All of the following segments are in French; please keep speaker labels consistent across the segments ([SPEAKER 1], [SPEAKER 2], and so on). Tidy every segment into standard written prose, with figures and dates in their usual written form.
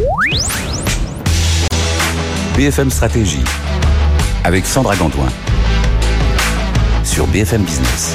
[SPEAKER 1] BFM Stratégie, avec Sandra Gandoin, sur BFM Business.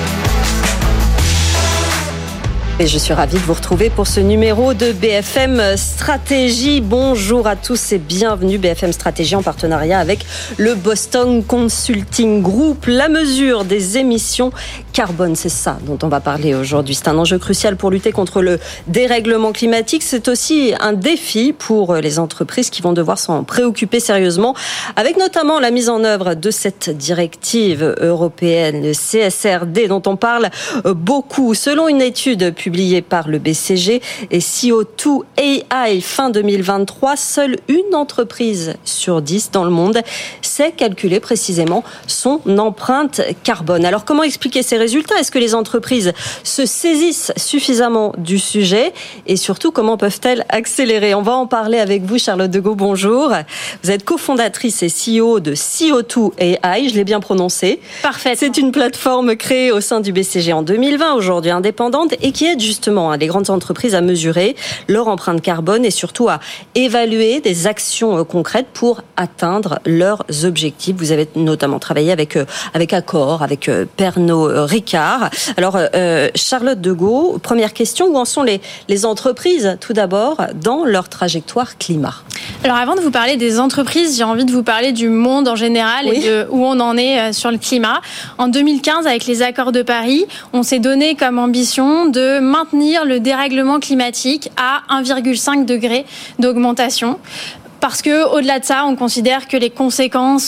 [SPEAKER 2] Et je suis ravie de vous retrouver pour ce numéro de BFM Stratégie. Bonjour à tous et bienvenue. BFM Stratégie en partenariat avec le Boston Consulting Group. La mesure des émissions carbone, c'est ça dont on va parler aujourd'hui. C'est un enjeu crucial pour lutter contre le dérèglement climatique. C'est aussi un défi pour les entreprises qui vont devoir s'en préoccuper sérieusement, avec notamment la mise en œuvre de cette directive européenne, le CSRD, dont on parle beaucoup. Selon une étude publié par le BCG et CO2 AI fin 2023, seule une entreprise sur 10 dans le monde sait calculer précisément son empreinte carbone. Alors comment expliquer ces résultats ? Est-ce que les entreprises se saisissent suffisamment du sujet et surtout comment peuvent-elles accélérer ? On va en parler avec vous, Charlotte Degaut, bonjour. Vous êtes cofondatrice et CEO de CO2 AI, je l'ai bien prononcé.
[SPEAKER 3] Parfait.
[SPEAKER 2] C'est une plateforme créée au sein du BCG en 2020, aujourd'hui indépendante et qui aide justement les grandes entreprises à mesurer leur empreinte carbone et surtout à évaluer des actions concrètes pour atteindre leurs objectifs. Vous avez notamment travaillé avec Accor, avec Pernod Ricard. Alors, Charlotte Degaut, première question, où en sont les entreprises tout d'abord dans leur trajectoire climat ?
[SPEAKER 3] Alors avant de vous parler des entreprises, j'ai envie de vous parler du monde en général et de où on en est sur le climat. En 2015, avec les accords de Paris, on s'est donné comme ambition de maintenir le dérèglement climatique à 1,5 degré d'augmentation. Parce que au-delà de ça, on considère que les conséquences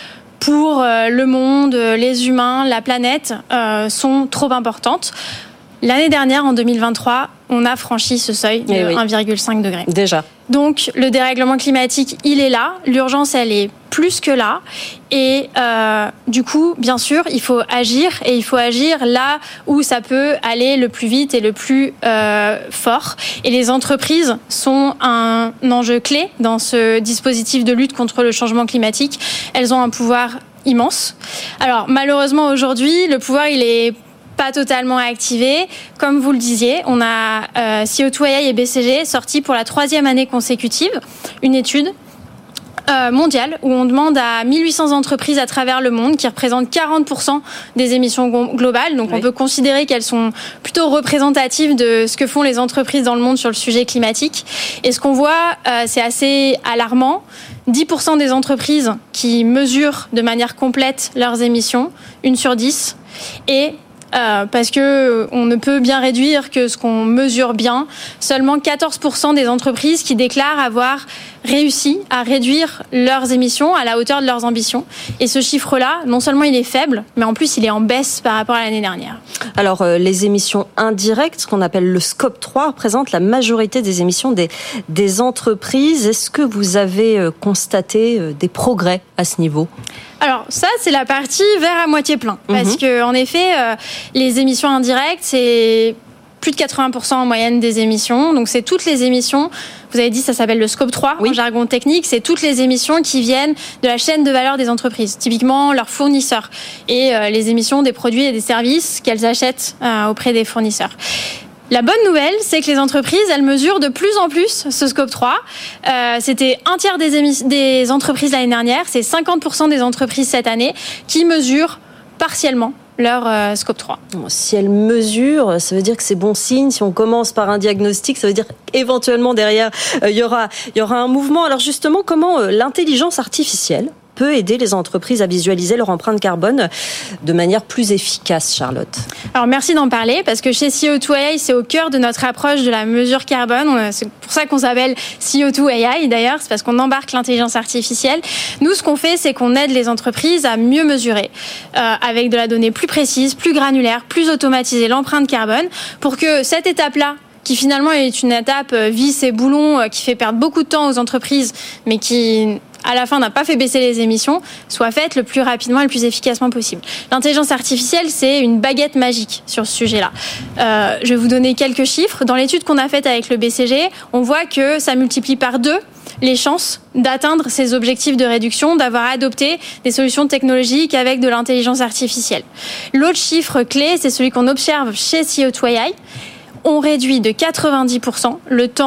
[SPEAKER 3] pour le monde, les humains, la planète sont trop importantes. L'année dernière, en 2023, on a franchi ce seuil de 1,5 degré.
[SPEAKER 2] Déjà.
[SPEAKER 3] Donc, le dérèglement climatique, il est là. L'urgence, elle est plus que là. Et du coup, bien sûr, il faut agir. Et il faut agir là où ça peut aller le plus vite et le plus fort. Et les entreprises sont un enjeu clé dans ce dispositif de lutte contre le changement climatique. Elles ont un pouvoir immense. Alors, malheureusement, aujourd'hui, le pouvoir, il est pas totalement activé. Comme vous le disiez, on a CO2 AI et BCG sortis pour la 3e année consécutive une étude mondiale où on demande à 1800 entreprises à travers le monde qui représentent 40% des émissions globales. Donc on peut considérer qu'elles sont plutôt représentatives de ce que font les entreprises dans le monde sur le sujet climatique. Et ce qu'on voit, c'est assez alarmant. 10% des entreprises qui mesurent de manière complète leurs émissions, 1 sur 10. Et parce que on ne peut bien réduire que ce qu'on mesure bien. Seulement 14% des entreprises qui déclarent avoir réussi à réduire leurs émissions à la hauteur de leurs ambitions. Et ce chiffre-là, non seulement il est faible, mais en plus il est en baisse par rapport à l'année dernière.
[SPEAKER 2] Alors, les émissions indirectes, ce qu'on appelle le scope 3, représentent la majorité des émissions des entreprises. Est-ce que vous avez constaté des progrès à ce niveau ?
[SPEAKER 3] Alors ça, c'est la partie verre à moitié plein. Parce que en effet, les émissions indirectes, c'est plus de 80% en moyenne des émissions. Donc c'est toutes les émissions, vous avez dit ça s'appelle le scope 3 en jargon technique, c'est toutes les émissions qui viennent de la chaîne de valeur des entreprises, typiquement leurs fournisseurs et les émissions des produits et des services qu'elles achètent auprès des fournisseurs. La bonne nouvelle, c'est que les entreprises, elles mesurent de plus en plus ce scope 3. C'était un tiers des entreprises l'année dernière, c'est 50% des entreprises cette année qui mesurent partiellement leur scope 3.
[SPEAKER 2] Si elles mesurent, ça veut dire que c'est bon signe. Si on commence par un diagnostic, ça veut dire qu'éventuellement derrière, il y aura un mouvement. Alors justement, comment l'intelligence artificielle peut aider les entreprises à visualiser leur empreinte carbone de manière plus efficace, Charlotte?
[SPEAKER 3] Alors merci d'en parler, parce que chez CO2 AI, c'est au cœur de notre approche de la mesure carbone. C'est pour ça qu'on s'appelle CO2 AI d'ailleurs, c'est parce qu'on embarque l'intelligence artificielle. Nous, ce qu'on fait, c'est qu'on aide les entreprises à mieux mesurer, avec de la donnée plus précise, plus granulaire, plus automatisée, l'empreinte carbone, pour que cette étape-là, qui finalement est une étape vis et boulon, qui fait perdre beaucoup de temps aux entreprises, mais qui à la fin n'a pas fait baisser les émissions, soit faite le plus rapidement et le plus efficacement possible. L'intelligence artificielle, c'est une baguette magique sur ce sujet-là. Je vais vous donner quelques chiffres. Dans l'étude qu'on a faite avec le BCG, on voit que ça multiplie par 2 les chances d'atteindre ces objectifs de réduction, d'avoir adopté des solutions technologiques avec de l'intelligence artificielle. L'autre chiffre clé, c'est celui qu'on observe chez CO2 AI. On réduit de 90% le temps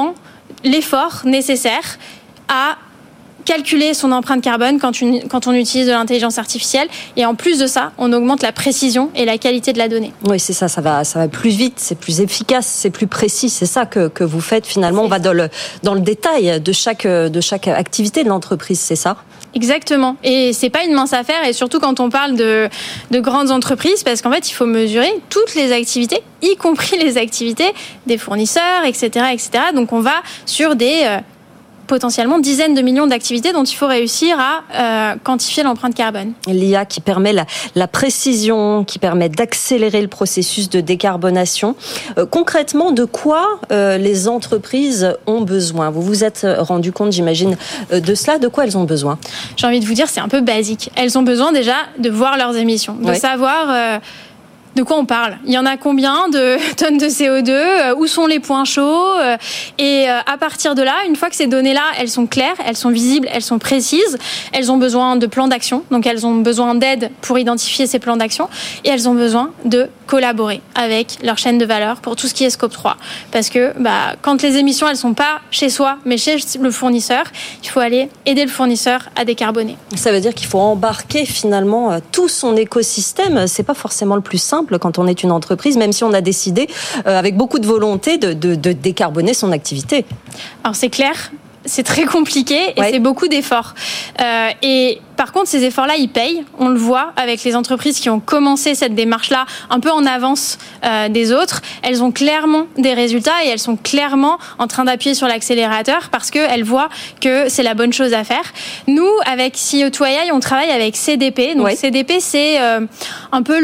[SPEAKER 3] l'effort nécessaire à calculer son empreinte carbone quand on utilise de l'intelligence artificielle. Et en plus de ça, on augmente la précision et la qualité de la donnée.
[SPEAKER 2] Oui, c'est ça va plus vite, c'est plus efficace, c'est plus précis. C'est ça que vous faites finalement. On va dans le détail de chaque activité de l'entreprise, c'est ça ?
[SPEAKER 3] Exactement. Et c'est pas une mince affaire, et surtout quand on parle de grandes entreprises, parce qu'en fait, il faut mesurer toutes les activités, y compris les activités des fournisseurs, etc., etc. Donc, on va sur des potentiellement dizaines de millions d'activités dont il faut réussir à quantifier l'empreinte carbone.
[SPEAKER 2] L'IA qui permet la précision, qui permet d'accélérer le processus de décarbonation. Concrètement, de quoi les entreprises ont besoin ? Vous vous êtes rendu compte, j'imagine, de cela. De quoi elles ont besoin ?
[SPEAKER 3] J'ai envie de vous dire, c'est un peu basique. Elles ont besoin déjà de voir leurs émissions, de savoir de quoi on parle. Il y en a combien de tonnes de CO2 ? Où sont les points chauds ? Et à partir de là, une fois que ces données-là, elles sont claires, elles sont visibles, elles sont précises, elles ont besoin de plans d'action. Donc elles ont besoin d'aide pour identifier ces plans d'action. Et elles ont besoin de collaborer avec leur chaîne de valeur pour tout ce qui est Scope 3. Parce que quand les émissions, elles sont pas chez soi, mais chez le fournisseur, il faut aller aider le fournisseur à décarboner.
[SPEAKER 2] Ça veut dire qu'il faut embarquer finalement tout son écosystème. C'est pas forcément le plus simple quand on est une entreprise, même si on a décidé avec beaucoup de volonté de décarboner son activité.
[SPEAKER 3] Alors c'est clair, c'est très compliqué et c'est beaucoup d'efforts. Et par contre, ces efforts-là, ils payent. On le voit avec les entreprises qui ont commencé cette démarche-là un peu en avance des autres. Elles ont clairement des résultats et elles sont clairement en train d'appuyer sur l'accélérateur parce qu'elles voient que c'est la bonne chose à faire. Nous, avec CO2AI, on travaille avec CDP. Donc CDP, c'est un peu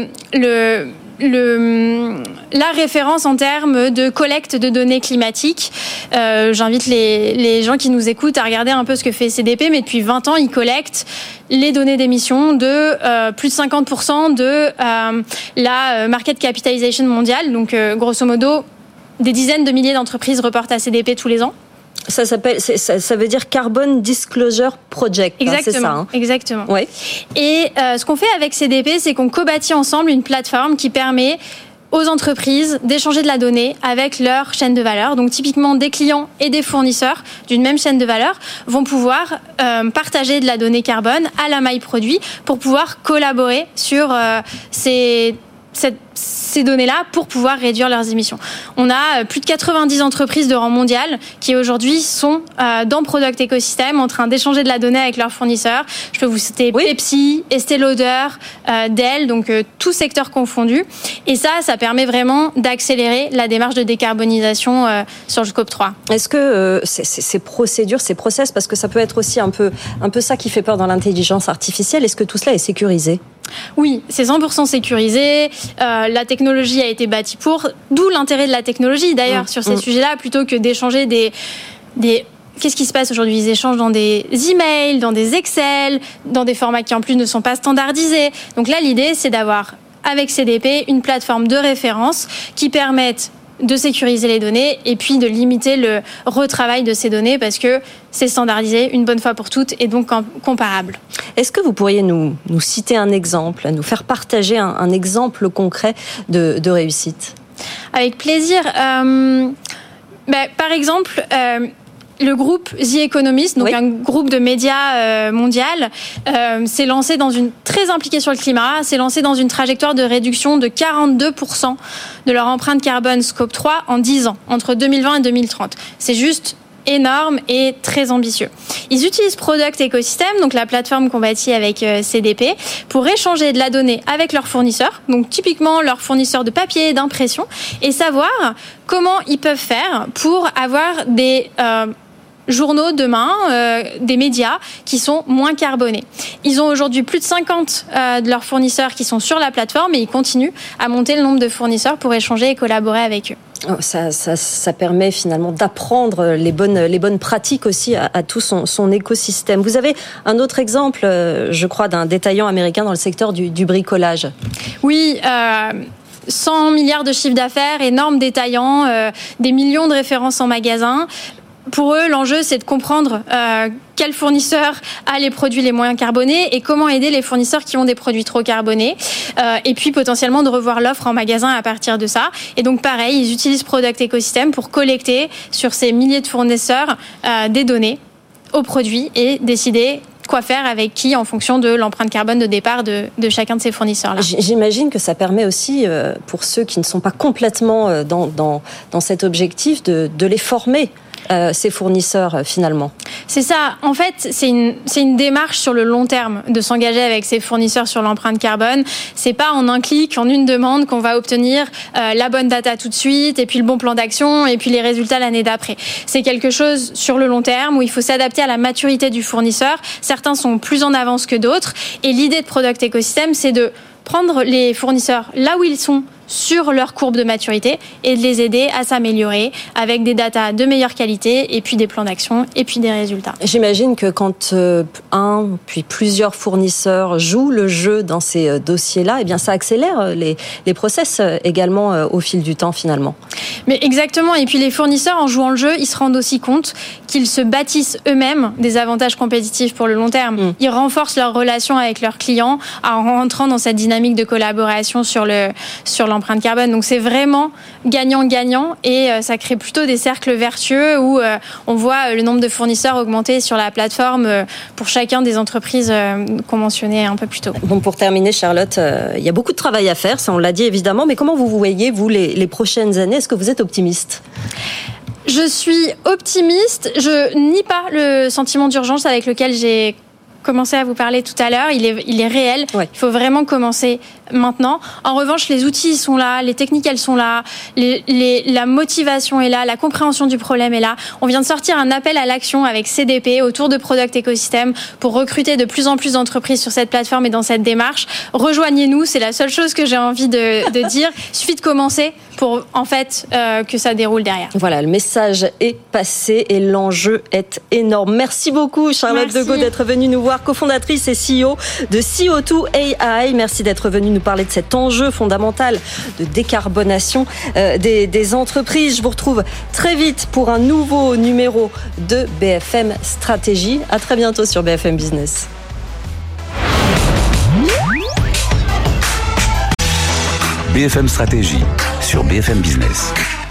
[SPEAKER 3] la référence en termes de collecte de données climatiques. J'invite les gens qui nous écoutent à regarder un peu ce que fait CDP, mais depuis 20 ans, ils collectent les données d'émissions de plus de 50% de la market capitalization mondiale. Donc, grosso modo, des dizaines de milliers d'entreprises reportent à CDP tous les ans.
[SPEAKER 2] Ça veut dire Carbon Disclosure Project.
[SPEAKER 3] Exactement,
[SPEAKER 2] c'est ça, hein.
[SPEAKER 3] Exactement.
[SPEAKER 2] Ouais.
[SPEAKER 3] Et ce qu'on fait avec CDP, c'est qu'on co-bâtit ensemble une plateforme qui permet aux entreprises d'échanger de la donnée avec leur chaîne de valeur. Donc typiquement, des clients et des fournisseurs d'une même chaîne de valeur vont pouvoir partager de la donnée carbone à la maille produit pour pouvoir collaborer sur ces données-là pour pouvoir réduire leurs émissions. On a plus de 90 entreprises de rang mondial qui aujourd'hui sont dans Product Ecosystem en train d'échanger de la donnée avec leurs fournisseurs. Je peux vous citer Pepsi, Estée Lauder, Dell, donc tout secteur confondu. Et ça permet vraiment d'accélérer la démarche de décarbonisation sur le Scope 3.
[SPEAKER 2] Est-ce que ces procédures, ces process, parce que ça peut être aussi un peu ça qui fait peur dans l'intelligence artificielle, est-ce que tout cela est sécurisé ?
[SPEAKER 3] Oui, c'est 100% sécurisé. La technologie a été bâtie pour, d'où l'intérêt de la technologie d'ailleurs sur ces sujets-là, plutôt que d'échanger des Qu'est-ce qui se passe aujourd'hui ? Ils échangent dans des emails, dans des Excel, dans des formats qui en plus ne sont pas standardisés. Donc là, l'idée, c'est d'avoir avec CDP une plateforme de référence qui permette de sécuriser les données et puis de limiter le retravail de ces données parce que c'est standardisé une bonne fois pour toutes et donc comparable.
[SPEAKER 2] Est-ce que vous pourriez nous citer un exemple, nous faire partager un exemple concret de réussite ?
[SPEAKER 3] Avec plaisir. Par exemple, le groupe The Economist, donc un groupe de médias mondial, s'est lancé très impliqué sur le climat, s'est lancé dans une trajectoire de réduction de 42% de leur empreinte carbone Scope 3 en 10 ans, entre 2020 et 2030. C'est juste énorme et très ambitieux. Ils utilisent Product Ecosystem, donc la plateforme qu'on bâtit avec CDP, pour échanger de la donnée avec leurs fournisseurs, donc typiquement leurs fournisseurs de papier et d'impression, et savoir comment ils peuvent faire pour avoir des journaux demain, des médias qui sont moins carbonés. Ils ont aujourd'hui plus de 50 de leurs fournisseurs qui sont sur la plateforme et ils continuent à monter le nombre de fournisseurs pour échanger et collaborer avec eux.
[SPEAKER 2] Ça permet finalement d'apprendre les bonnes pratiques aussi à tout son écosystème. Vous avez un autre exemple, je crois, d'un détaillant américain dans le secteur du bricolage.
[SPEAKER 3] Oui, 100 milliards de chiffre d'affaires, énorme détaillant, des millions de références en magasin. pour eux, l'enjeu, c'est de comprendre quel fournisseur a les produits les moins carbonés et comment aider les fournisseurs qui ont des produits trop carbonés. Et puis, potentiellement, de revoir l'offre en magasin à partir de ça. Et donc, pareil, ils utilisent Product Ecosystem pour collecter sur ces milliers de fournisseurs des données aux produits et décider quoi faire avec qui en fonction de l'empreinte carbone de départ de chacun de ces fournisseurs-là.
[SPEAKER 2] J'imagine que ça permet aussi, pour ceux qui ne sont pas complètement dans cet objectif, de les former. Ces fournisseurs finalement.
[SPEAKER 3] C'est ça. En fait, c'est une démarche sur le long terme de s'engager avec ces fournisseurs sur l'empreinte carbone. C'est pas en un clic, en une demande qu'on va obtenir la bonne data tout de suite et puis le bon plan d'action et puis les résultats l'année d'après. C'est quelque chose sur le long terme où il faut s'adapter à la maturité du fournisseur. Certains sont plus en avance que d'autres et l'idée de Product Ecosystem, c'est de prendre les fournisseurs là où ils sont sur leur courbe de maturité et de les aider à s'améliorer avec des datas de meilleure qualité et puis des plans d'action et puis des résultats.
[SPEAKER 2] J'imagine que quand un puis plusieurs fournisseurs jouent le jeu dans ces dossiers-là, eh bien ça accélère les process également au fil du temps finalement.
[SPEAKER 3] Mais exactement, et puis les fournisseurs en jouant le jeu, ils se rendent aussi compte qu'ils se bâtissent eux-mêmes des avantages compétitifs pour le long terme. Ils renforcent leur relation avec leurs clients en rentrant dans cette dynamique de collaboration sur l'empreinte carbone. Donc c'est vraiment gagnant-gagnant et ça crée plutôt des cercles vertueux où on voit le nombre de fournisseurs augmenter sur la plateforme pour chacun des entreprises qu'on mentionnait un peu plus tôt.
[SPEAKER 2] Bon, pour terminer, Charlotte, il y a beaucoup de travail à faire, ça on l'a dit évidemment, mais comment vous voyez, vous, les prochaines années? Est-ce que vous êtes optimiste?
[SPEAKER 3] Je suis optimiste. Je nie pas le sentiment d'urgence avec lequel j'ai commencé à vous parler tout à l'heure, il est réel. Ouais. Il faut vraiment commencer maintenant. En revanche, les outils sont là, les techniques elles sont là, la motivation est là, la compréhension du problème est là. On vient de sortir un appel à l'action avec CDP autour de Product Ecosystem pour recruter de plus en plus d'entreprises sur cette plateforme et dans cette démarche. Rejoignez-nous, c'est la seule chose que j'ai envie de dire. Il suffit de commencer pour en fait que ça déroule derrière.
[SPEAKER 2] Voilà, le message est passé et l'enjeu est énorme. Merci beaucoup Charlotte Degaut d'être venue nous voir, cofondatrice et CEO de CO2 AI. Merci d'être venue nous parler de cet enjeu fondamental de décarbonation des entreprises. Je vous retrouve très vite pour un nouveau numéro de BFM Stratégie. À très bientôt sur BFM Business.
[SPEAKER 1] BFM Stratégie sur BFM Business.